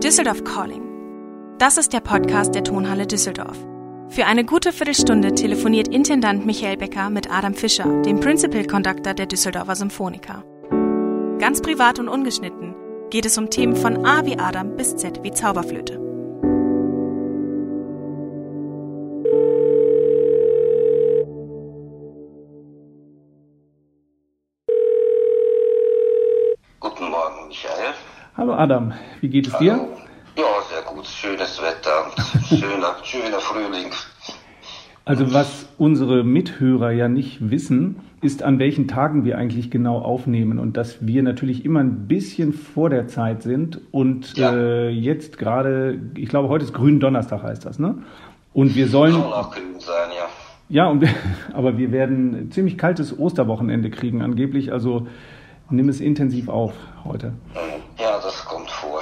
Düsseldorf Calling. Das ist der Podcast der Tonhalle Düsseldorf. Für eine gute Viertelstunde telefoniert Intendant Michael Becker mit Adam Fischer, dem Principal Conductor der Düsseldorfer Symphoniker. Ganz privat und ungeschnitten geht es um Themen von A wie Adam bis Z wie Zauberflöte. Guten Morgen, Michael. Hallo Adam, wie geht es dir? Ja, sehr gut. Schönes Wetter und schöner Frühling. Also was unsere Mithörer ja nicht wissen, ist, an welchen Tagen wir eigentlich genau aufnehmen und dass wir natürlich immer ein bisschen vor der Zeit sind und jetzt gerade, ich glaube heute ist Gründonnerstag heißt das, ne? Und wir sollen... Soll auch grün sein, ja. Ja, aber wir werden ein ziemlich kaltes Osterwochenende kriegen angeblich, also nimm es intensiv auf heute. Ja, das kommt vor.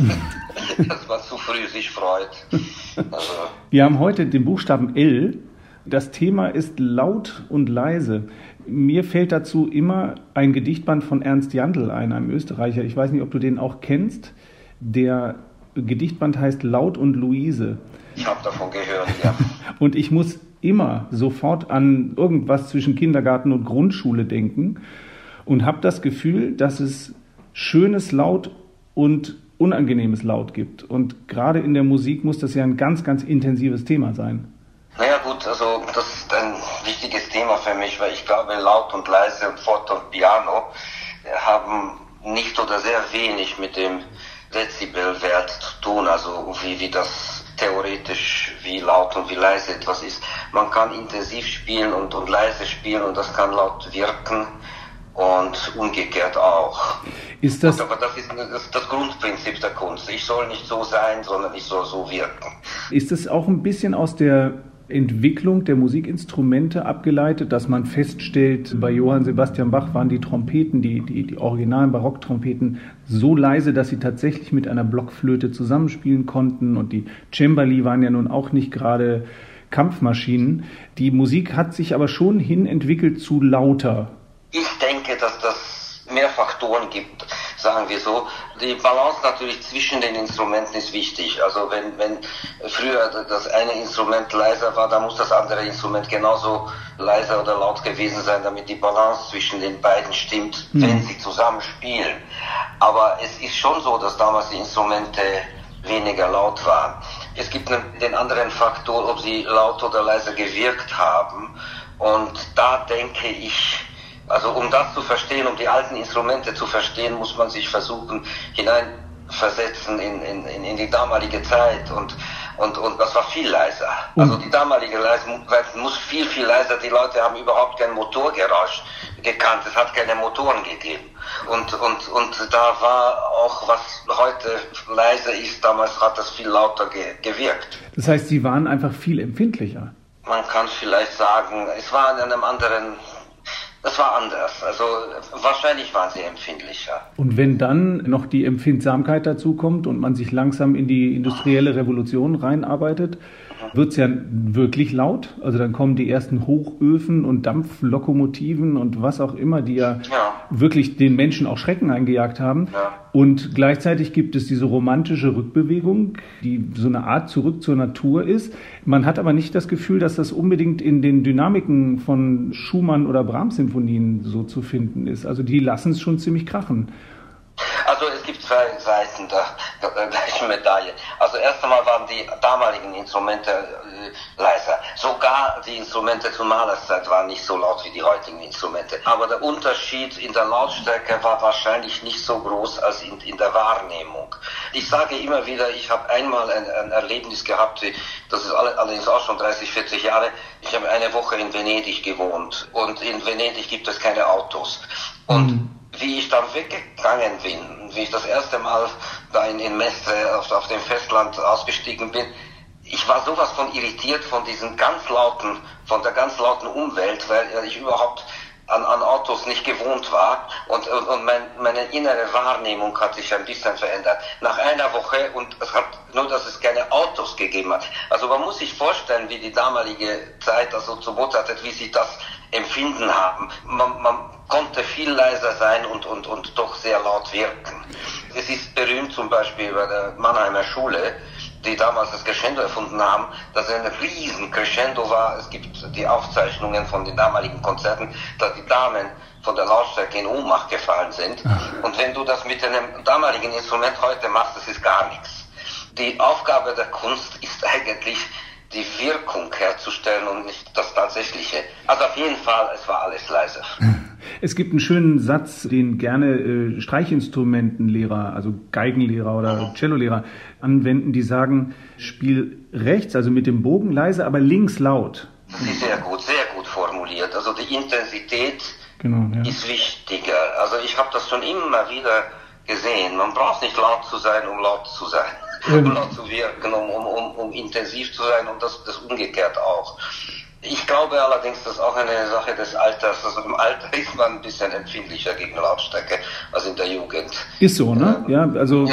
Dass man zu früh sich freut. Also. Wir haben heute den Buchstaben L. Das Thema ist laut und leise. Mir fällt dazu immer ein Gedichtband von Ernst Jandl ein, einem Österreicher. Ich weiß nicht, ob du den auch kennst. Der Gedichtband heißt Laut und Luise. Ich habe davon gehört, ja. Und ich muss immer sofort an irgendwas zwischen Kindergarten und Grundschule denken und habe das Gefühl, dass es schönes Laut und unangenehmes Laut gibt. Und gerade in der Musik muss das ja ein ganz, ganz intensives Thema sein. Naja gut, also das ist ein wichtiges Thema für mich, weil ich glaube, laut und leise und Forte und Piano haben nicht oder sehr wenig mit dem Dezibelwert zu tun, also wie das theoretisch, wie laut und wie leise etwas ist. Man kann intensiv spielen und leise spielen und das kann laut wirken. Und umgekehrt auch. Aber das ist das Grundprinzip der Kunst. Ich soll nicht so sein, sondern ich soll so wirken. Ist es auch ein bisschen aus der Entwicklung der Musikinstrumente abgeleitet, dass man feststellt, bei Johann Sebastian Bach waren die Trompeten, die originalen Barocktrompeten, so leise, dass sie tatsächlich mit einer Blockflöte zusammenspielen konnten und die Cembali waren ja nun auch nicht gerade Kampfmaschinen. Die Musik hat sich aber schon hin entwickelt zu lauter. Ich denke, dass das mehr Faktoren gibt, sagen wir so. Die Balance natürlich zwischen den Instrumenten ist wichtig. Also wenn früher das eine Instrument leiser war, dann muss das andere Instrument genauso leiser oder laut gewesen sein, damit die Balance zwischen den beiden stimmt, wenn sie zusammen spielen. Aber es ist schon so, dass damals die Instrumente weniger laut waren. Es gibt den anderen Faktor, ob sie laut oder leiser gewirkt haben. Und da denke ich, also um das zu verstehen, um die alten Instrumente zu verstehen, muss man sich versuchen, hineinversetzen in die damalige Zeit und das war viel leiser. Also die damalige Leise muss viel, viel leiser. Die Leute haben überhaupt kein Motorgeräusch gekannt. Es hat keine Motoren gegeben. Und da war auch, was heute leise ist, damals hat das viel lauter gewirkt. Das heißt, sie waren einfach viel empfindlicher. Man kann vielleicht sagen, es war in einem anderen... Das war anders, also wahrscheinlich waren sie empfindlicher. Und wenn dann noch die Empfindsamkeit dazu kommt und man sich langsam in die industrielle Revolution reinarbeitet, wird es ja wirklich laut. Also dann kommen die ersten Hochöfen und Dampflokomotiven und was auch immer, die ja wirklich den Menschen auch Schrecken eingejagt haben. Ja. Und gleichzeitig gibt es diese romantische Rückbewegung, die so eine Art zurück zur Natur ist. Man hat aber nicht das Gefühl, dass das unbedingt in den Dynamiken von Schumann oder Brahms-Sinfonien so zu finden ist. Also die lassen es schon ziemlich krachen. Also es gibt zwei Seiten der gleichen Medaille. Also erst einmal waren die damaligen Instrumente leiser. Sogar die Instrumente zur Malerszeit waren nicht so laut wie die heutigen Instrumente. Aber der Unterschied in der Lautstärke war wahrscheinlich nicht so groß als in der Wahrnehmung. Ich sage immer wieder, ich habe einmal ein Erlebnis gehabt, das ist allerdings auch schon 30, 40 Jahre. Ich habe eine Woche in Venedig gewohnt und in Venedig gibt es keine Autos. Und wie ich dann weggegangen bin, wie ich das erste Mal da in Mestre auf dem Festland ausgestiegen bin, ich war sowas von irritiert von der ganz lauten Umwelt, weil ich überhaupt an Autos nicht gewohnt war und meine innere Wahrnehmung hat sich ein bisschen verändert. Nach einer Woche und es hat nur, dass es keine Autos gegeben hat. Also man muss sich vorstellen, wie die damalige Zeit, also zu Mozart, wie sie das empfinden haben. Man konnte viel leiser sein und doch sehr laut wirken. es ist berühmt zum Beispiel bei der Mannheimer Schule, die damals das Crescendo erfunden haben, dass es ein riesen Crescendo war. Es gibt die Aufzeichnungen von den damaligen Konzerten, dass die Damen von der Lautstärke in Ohnmacht gefallen sind. Und wenn du das mit einem damaligen Instrument heute machst, das ist gar nichts. Die Aufgabe der Kunst ist eigentlich, die Wirkung herzustellen und nicht das Tatsächliche. Also auf jeden Fall, es war alles leise. Es gibt einen schönen Satz, den gerne Streichinstrumentenlehrer, also Geigenlehrer oder Cellolehrer anwenden, die sagen, spiel rechts, also mit dem Bogen leise, aber links laut. Das ist sehr gut formuliert. Also die Intensität ist wichtiger. Also ich habe das schon immer wieder gesehen. Man braucht nicht laut zu sein, um laut zu sein. Um laut zu wirken, um intensiv zu sein und das umgekehrt auch. Ich glaube allerdings, das ist auch eine Sache des Alters. Also im Alter ist man ein bisschen empfindlicher gegen Lautstärke als in der Jugend. Ist so, ne? Also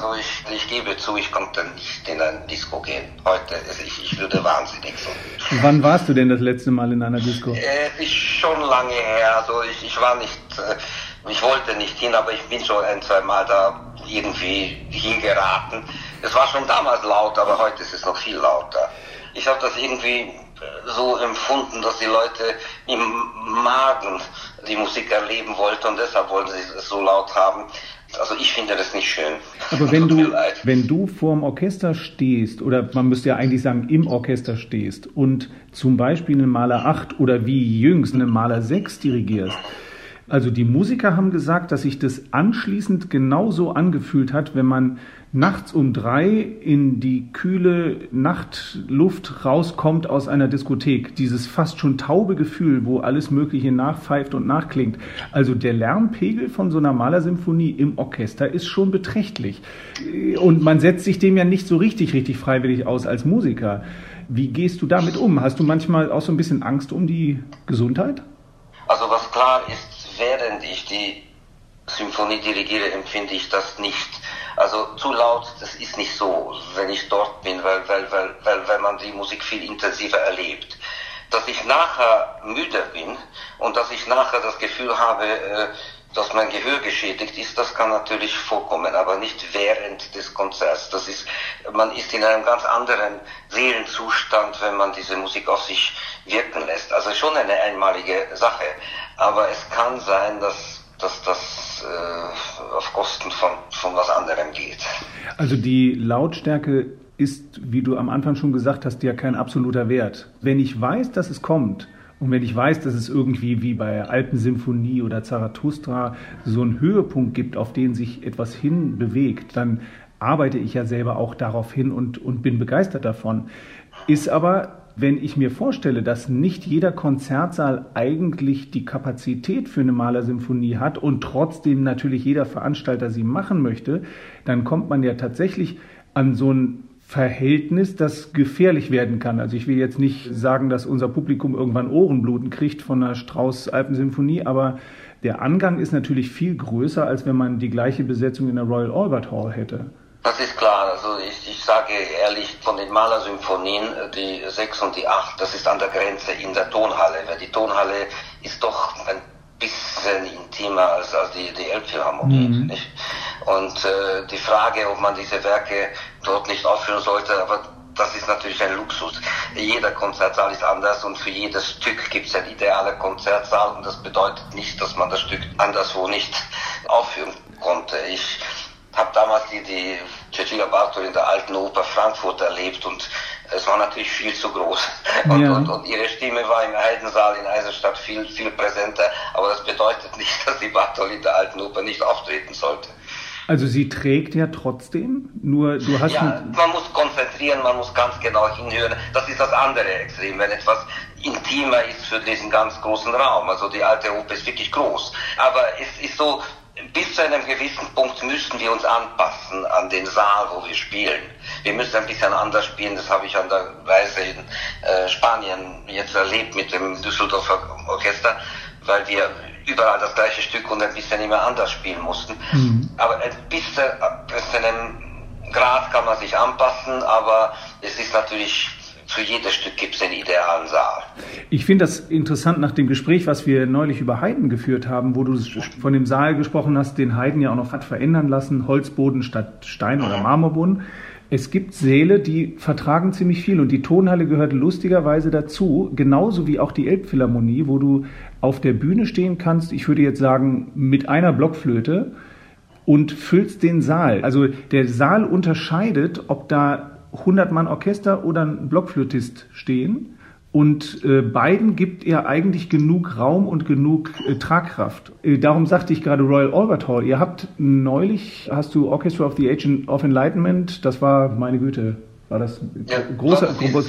ich gebe zu, ich konnte nicht in ein Disco gehen. Heute, ich würde wahnsinnig so. Wann warst du denn das letzte Mal in einer Disco? Ist schon lange her. Also ich war nicht, ich wollte nicht hin, aber ich bin schon ein, zwei Mal da irgendwie hingeraten. Es war schon damals laut, aber heute ist es noch viel lauter. Ich habe das irgendwie so empfunden, dass die Leute im Magen die Musik erleben wollten und deshalb wollten sie es so laut haben. Also ich finde das nicht schön. Aber wenn du vorm Orchester stehst, oder man müsste ja eigentlich sagen, im Orchester stehst und zum Beispiel einen Maler 8 oder wie jüngst einen Maler 6 dirigierst, also die Musiker haben gesagt, dass sich das anschließend genauso angefühlt hat, wenn man nachts um 3 in die kühle Nachtluft rauskommt aus einer Diskothek. Dieses fast schon taube Gefühl, wo alles Mögliche nachpfeift und nachklingt. Also der Lärmpegel von so einer Malersymphonie im Orchester ist schon beträchtlich. Und man setzt sich dem ja nicht so richtig freiwillig aus als Musiker. Wie gehst du damit um? Hast du manchmal auch so ein bisschen Angst um die Gesundheit? Also was klar ist, während ich die Symphonie dirigiere, empfinde ich das nicht. Also zu laut, das ist nicht so, wenn ich dort bin, weil man die Musik viel intensiver erlebt. Dass ich nachher müde bin und dass ich nachher das Gefühl habe, dass mein Gehör geschädigt ist, das kann natürlich vorkommen, aber nicht während des Konzerts. Man ist in einem ganz anderen Seelenzustand, wenn man diese Musik auf sich wirken lässt. Also schon eine einmalige Sache. Aber es kann sein, dass das auf Kosten von was anderem geht. Also die Lautstärke ist, wie du am Anfang schon gesagt hast, ja kein absoluter Wert. Wenn ich weiß, dass es kommt und wenn ich weiß, dass es irgendwie wie bei Alpensymphonie oder Zarathustra so einen Höhepunkt gibt, auf den sich etwas hin bewegt, dann arbeite ich ja selber auch darauf hin und bin begeistert davon. Ist aber, wenn ich mir vorstelle, dass nicht jeder Konzertsaal eigentlich die Kapazität für eine Malersymphonie hat und trotzdem natürlich jeder Veranstalter sie machen möchte, dann kommt man ja tatsächlich an so ein Verhältnis, das gefährlich werden kann. Also ich will jetzt nicht sagen, dass unser Publikum irgendwann Ohrenbluten kriegt von einer Strauss-Alpensymphonie, aber der Angang ist natürlich viel größer, als wenn man die gleiche Besetzung in der Royal Albert Hall hätte. Das ist klar. Also ich sage ehrlich, von den Malersymphonien, die 6 und die 8, das ist an der Grenze in der Tonhalle, weil die Tonhalle ist doch ein bisschen intimer als die Elbphilharmonie. Nicht? Und die Frage, ob man diese Werke dort nicht aufführen sollte, aber das ist natürlich ein Luxus. Jeder Konzertsaal ist anders und für jedes Stück gibt es einen idealen Konzertsaal und das bedeutet nicht, dass man das Stück anderswo nicht aufführen konnte. Ich habe damals die Cecilia Bartoli in der Alten Oper Frankfurt erlebt und es war natürlich viel zu groß. Und ihre Stimme war im Heidensaal in Eisenstadt viel präsenter, aber das bedeutet nicht, dass die Bartoli in der Alten Oper nicht auftreten sollte. Also sie trägt ja trotzdem, nur du hast... Ja, man muss konzentrieren, man muss ganz genau hinhören. Das ist das andere Extrem, wenn etwas intimer ist für diesen ganz großen Raum. Also die Alte Oper ist wirklich groß. Aber es ist so, bis zu einem gewissen Punkt müssen wir uns anpassen an den Saal, wo wir spielen. Wir müssen ein bisschen anders spielen, das habe ich an der Reise in Spanien jetzt erlebt mit dem Düsseldorfer Orchester, weil wir überall das gleiche Stück und ein bisschen immer anders spielen mussten. Aber bis zu einem Grad kann man sich anpassen, aber es ist natürlich für jedes Stück gibt es den idealen Saal. Ich finde das interessant nach dem Gespräch, was wir neulich über Haydn geführt haben, wo du von dem Saal gesprochen hast, den Haydn ja auch noch hat verändern lassen, Holzboden statt Stein- oder Marmorboden. Es gibt Säle, die vertragen ziemlich viel und die Tonhalle gehört lustigerweise dazu, genauso wie auch die Elbphilharmonie, wo du auf der Bühne stehen kannst, ich würde jetzt sagen, mit einer Blockflöte und füllst den Saal. Also der Saal unterscheidet, ob da 100-Mann-Orchester oder ein Blockflötist stehen. Und beiden gibt er eigentlich genug Raum und genug Tragkraft. Darum sagte ich gerade Royal Albert Hall. Ihr habt neulich, hast du Orchestra of the Age of Enlightenment, das war, meine Güte, war das großer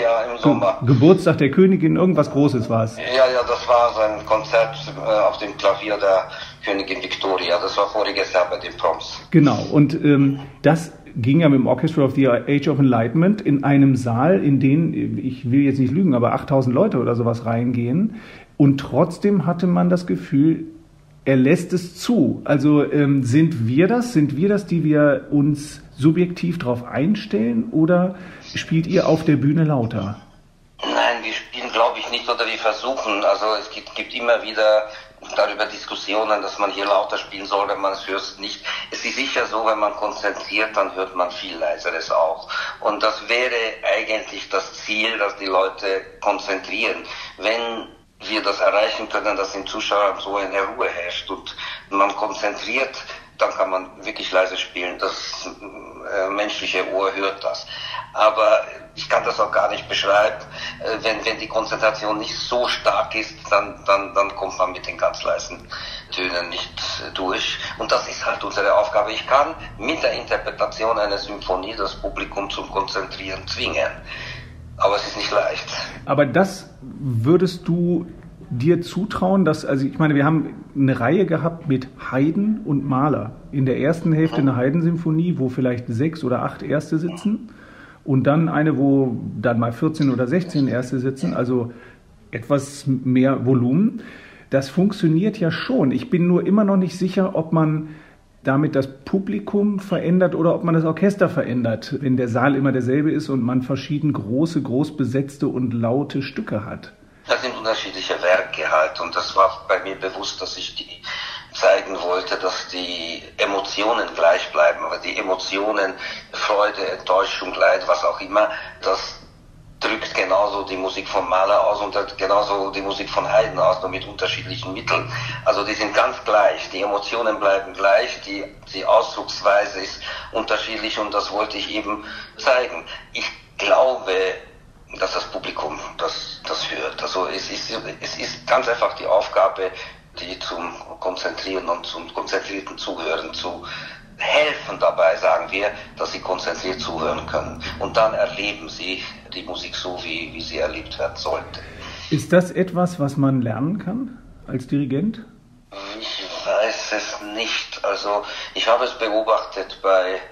Geburtstag der Königin, irgendwas Großes war es. Ja, das war sein Konzert auf dem Klavier der Königin Victoria. Das war voriges Jahr bei den Proms. Genau, und das ging ja mit dem Orchestra of the Age of Enlightenment in einem Saal, in den, ich will jetzt nicht lügen, aber 8000 Leute oder sowas reingehen. Und trotzdem hatte man das Gefühl, er lässt es zu. Also sind wir das, die wir uns subjektiv darauf einstellen, oder spielt ihr auf der Bühne lauter? Nein, wir spielen, glaube ich, nicht, oder wir versuchen. Also es gibt immer wieder darüber Diskussionen, dass man hier lauter spielen soll, wenn man es hört nicht. Es ist sicher so, wenn man konzentriert, dann hört man viel leiseres auch. Und das wäre eigentlich das Ziel, dass die Leute konzentrieren. Wenn wir das erreichen können, dass im Zuschauer so eine Ruhe herrscht und man konzentriert, dann kann man wirklich leise spielen. Das menschliche Ohr hört das. Aber ich kann das auch gar nicht beschreiben. Wenn die Konzentration nicht so stark ist, dann kommt man mit den ganz leisen Tönen nicht durch. Und das ist halt unsere Aufgabe. Ich kann mit der Interpretation einer Symphonie das Publikum zum Konzentrieren zwingen. Aber es ist nicht leicht. Aber das würdest du dir zutrauen, dass, also ich meine, wir haben eine Reihe gehabt mit Haydn und Mahler. In der ersten Hälfte eine Haydn-Symphonie, wo vielleicht 6 oder 8 Erste sitzen. Und dann eine, wo dann mal 14 oder 16 Erste sitzen, also etwas mehr Volumen. Das funktioniert ja schon. Ich bin nur immer noch nicht sicher, ob man damit das Publikum verändert oder ob man das Orchester verändert, wenn der Saal immer derselbe ist und man verschieden groß besetzte und laute Stücke hat. Das sind unterschiedliche Werke halt, und das war bei mir bewusst, dass ich die zeigen wollte, dass die Emotionen gleich bleiben, aber die Emotionen, Freude, Enttäuschung, Leid, was auch immer, das drückt genauso die Musik von Mahler aus und genauso die Musik von Haydn aus, nur mit unterschiedlichen Mitteln. Also die sind ganz gleich, die Emotionen bleiben gleich, die Ausdrucksweise ist unterschiedlich, und das wollte ich eben zeigen. Ich glaube, dass das Publikum das hört. Also es ist ganz einfach die Aufgabe, die zum Konzentrieren und zum konzentrierten Zuhören zu helfen dabei, sagen wir, dass sie konzentriert zuhören können. Und dann erleben sie die Musik so, wie sie erlebt werden sollte. Ist das etwas, was man lernen kann als Dirigent? Ich weiß es nicht. Also ich habe es beobachtet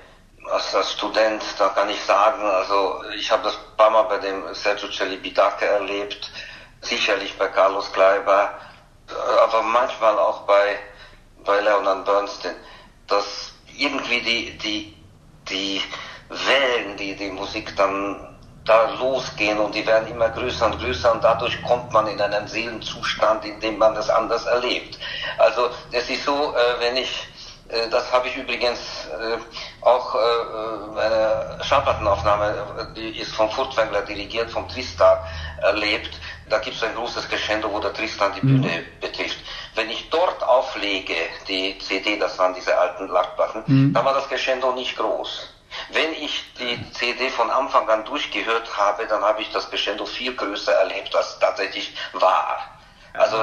als Student, da kann ich sagen, also ich habe das ein paar Mal bei dem Sergio Celibidache erlebt, sicherlich bei Carlos Kleiber, aber manchmal auch bei Leonard Bernstein, dass irgendwie die Wellen, die Musik dann da losgehen, und die werden immer größer und größer, und dadurch kommt man in einen Seelenzustand, in dem man das anders erlebt. Also es ist so, das habe ich übrigens auch eine Schallplattenaufnahme, die ist von Furtwängler dirigiert, vom Tristan erlebt. Da gibt es ein großes Crescendo, wo der Tristan die Bühne betrifft. Wenn ich dort auflege, die CD, das waren diese alten Lackplatten, dann war das Crescendo nicht groß. Wenn ich die CD von Anfang an durchgehört habe, dann habe ich das Crescendo viel größer erlebt, als tatsächlich war. Also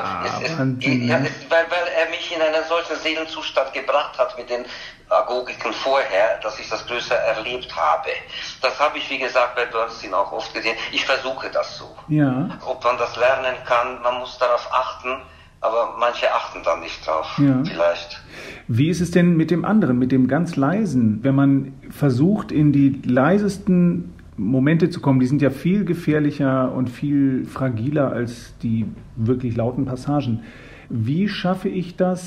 weil er mich in einen solchen Seelenzustand gebracht hat mit den Agogiken vorher, dass ich das größer erlebt habe. Das habe ich, wie gesagt, bei Bernstein auch oft gesehen. Ich versuche das so. Ja. Ob man das lernen kann, man muss darauf achten, aber manche achten dann nicht drauf, vielleicht. Wie ist es denn mit dem anderen, mit dem ganz leisen? Wenn man versucht, in die leisesten Momente zu kommen, die sind ja viel gefährlicher und viel fragiler als die wirklich lauten Passagen. Wie schaffe ich das,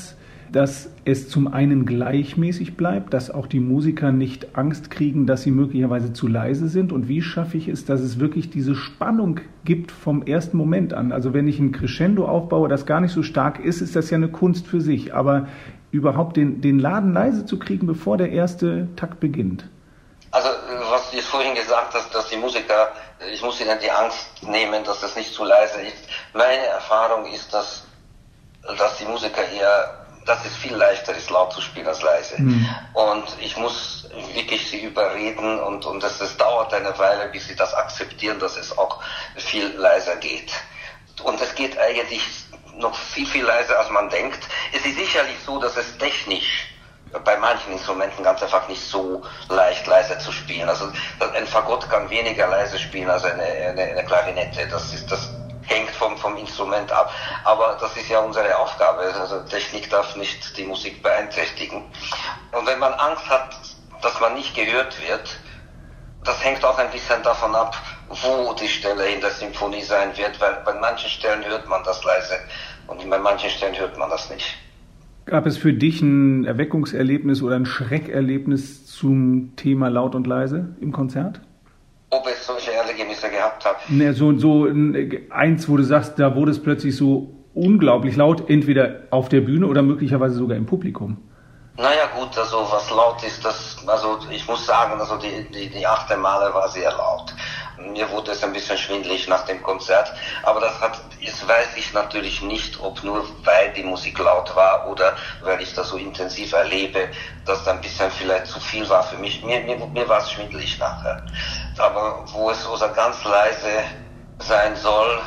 dass es zum einen gleichmäßig bleibt, dass auch die Musiker nicht Angst kriegen, dass sie möglicherweise zu leise sind? Und wie schaffe ich es, dass es wirklich diese Spannung gibt vom ersten Moment an? Also wenn ich ein Crescendo aufbaue, das gar nicht so stark ist, ist das ja eine Kunst für sich. Aber überhaupt den Laden leise zu kriegen, bevor der erste Takt beginnt. Also was du vorhin gesagt hast, dass die Musiker, ich muss ihnen die Angst nehmen, dass das nicht zu leise ist. Meine Erfahrung ist, dass die Musiker eher, dass es viel leichter ist, laut zu spielen als leise. Und ich muss wirklich sie überreden und es dauert eine Weile, bis sie das akzeptieren, dass es auch viel leiser geht. Und es geht eigentlich noch viel, viel leiser, als man denkt. Es ist sicherlich so, dass es technisch bei manchen Instrumenten ganz einfach nicht so leicht leise zu spielen. Also ein Fagott kann weniger leise spielen als eine Klarinette. Das hängt vom Instrument ab. Aber das ist ja unsere Aufgabe. Also Technik darf nicht die Musik beeinträchtigen. Und wenn man Angst hat, dass man nicht gehört wird, das hängt auch ein bisschen davon ab, wo die Stelle in der Symphonie sein wird, weil bei manchen Stellen hört man das leise und bei manchen Stellen hört man das nicht. Gab es für dich ein Erweckungserlebnis oder ein Schreckerlebnis zum Thema laut und leise im Konzert? Ob ich solche Erlebnisse gehabt habe? Ne, so eins, wo du sagst, da wurde es plötzlich so unglaublich laut, entweder auf der Bühne oder möglicherweise sogar im Publikum. Naja gut, also was laut ist, also ich muss sagen, also die 8. Male war sehr laut. Mir wurde es ein bisschen schwindelig nach dem Konzert, aber das weiß ich natürlich nicht, ob nur weil die Musik laut war oder weil ich das so intensiv erlebe, dass da ein bisschen vielleicht zu viel war für mich. Mir war es schwindelig nachher. Aber wo es also ganz leise sein soll,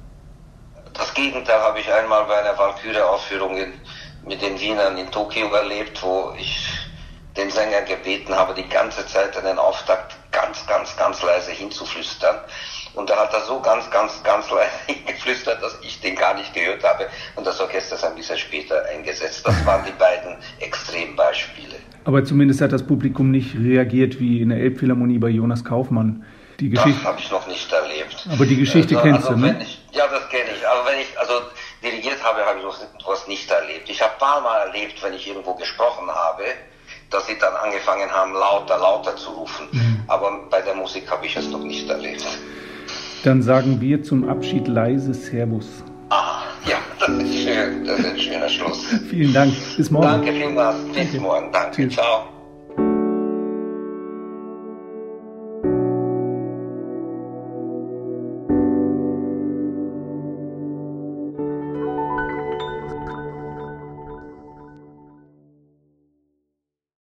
das Gegenteil habe ich einmal bei einer Walküre-Aufführung mit den Wienern in Tokio erlebt, wo ich den Sänger gebeten habe, die ganze Zeit an den Auftakt ganz, ganz, ganz leise hinzuflüstern. Und da hat er so ganz, ganz, ganz leise geflüstert, dass ich den gar nicht gehört habe. Und das Orchester ist ein bisschen später eingesetzt. Das waren die beiden Extrembeispiele. Aber zumindest hat das Publikum nicht reagiert wie in der Elbphilharmonie bei Jonas Kaufmann. Das habe ich noch nicht erlebt. Aber die Geschichte kennst du, ne? Ja, das kenne ich. Aber wenn ich dirigiert habe, habe ich sowas nicht erlebt. Ich habe ein paar Mal erlebt, wenn ich irgendwo gesprochen habe, dass sie dann angefangen haben, lauter zu rufen. Aber bei der Musik habe ich es noch nicht erlebt. Dann sagen wir zum Abschied leise Servus. Ja, das ist schön. Das ist ein schöner Schluss. Vielen Dank. Bis morgen. Danke vielmals. Bis morgen. Danke. Tschüss. Ciao.